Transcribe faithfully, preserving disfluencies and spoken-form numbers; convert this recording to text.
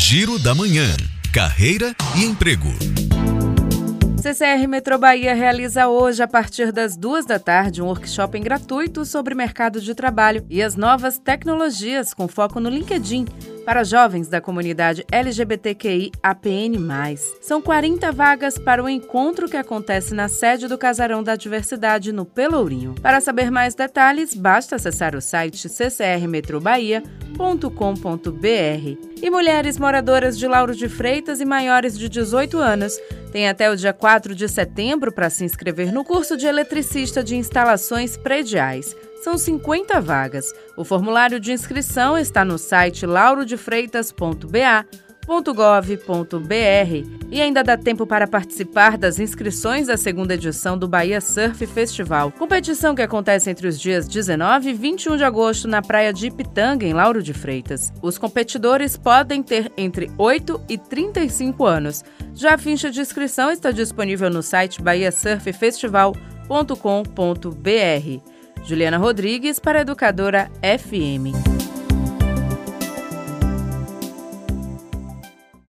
Giro da Manhã. Carreira e emprego. C C R Metrô Bahia realiza hoje, a partir das duas da tarde, um workshop gratuito sobre mercado de trabalho e as novas tecnologias, com foco no LinkedIn, para jovens da comunidade L G B T Q I A P N mais. São quarenta vagas para o encontro que acontece na sede do Casarão da Diversidade, no Pelourinho. Para saber mais detalhes, basta acessar o site c c r metro bahia ponto com ponto b r. E mulheres moradoras de Lauro de Freitas e maiores de dezoito anos têm até o dia quatro de setembro para se inscrever no curso de eletricista de instalações prediais. São cinquenta vagas. O formulário de inscrição está no site lauro de freitas ponto b a ponto gov ponto b r. E ainda dá tempo para participar das inscrições da segunda edição do Bahia Surf Festival, competição que acontece entre os dias dezenove e vinte e um de agosto na praia de Ipitanga, em Lauro de Freitas. Os competidores podem ter entre oito e trinta e cinco anos. Já a ficha de inscrição está disponível no site bahia surf festival ponto com ponto b r. Juliana Rodrigues, para a Educadora F M.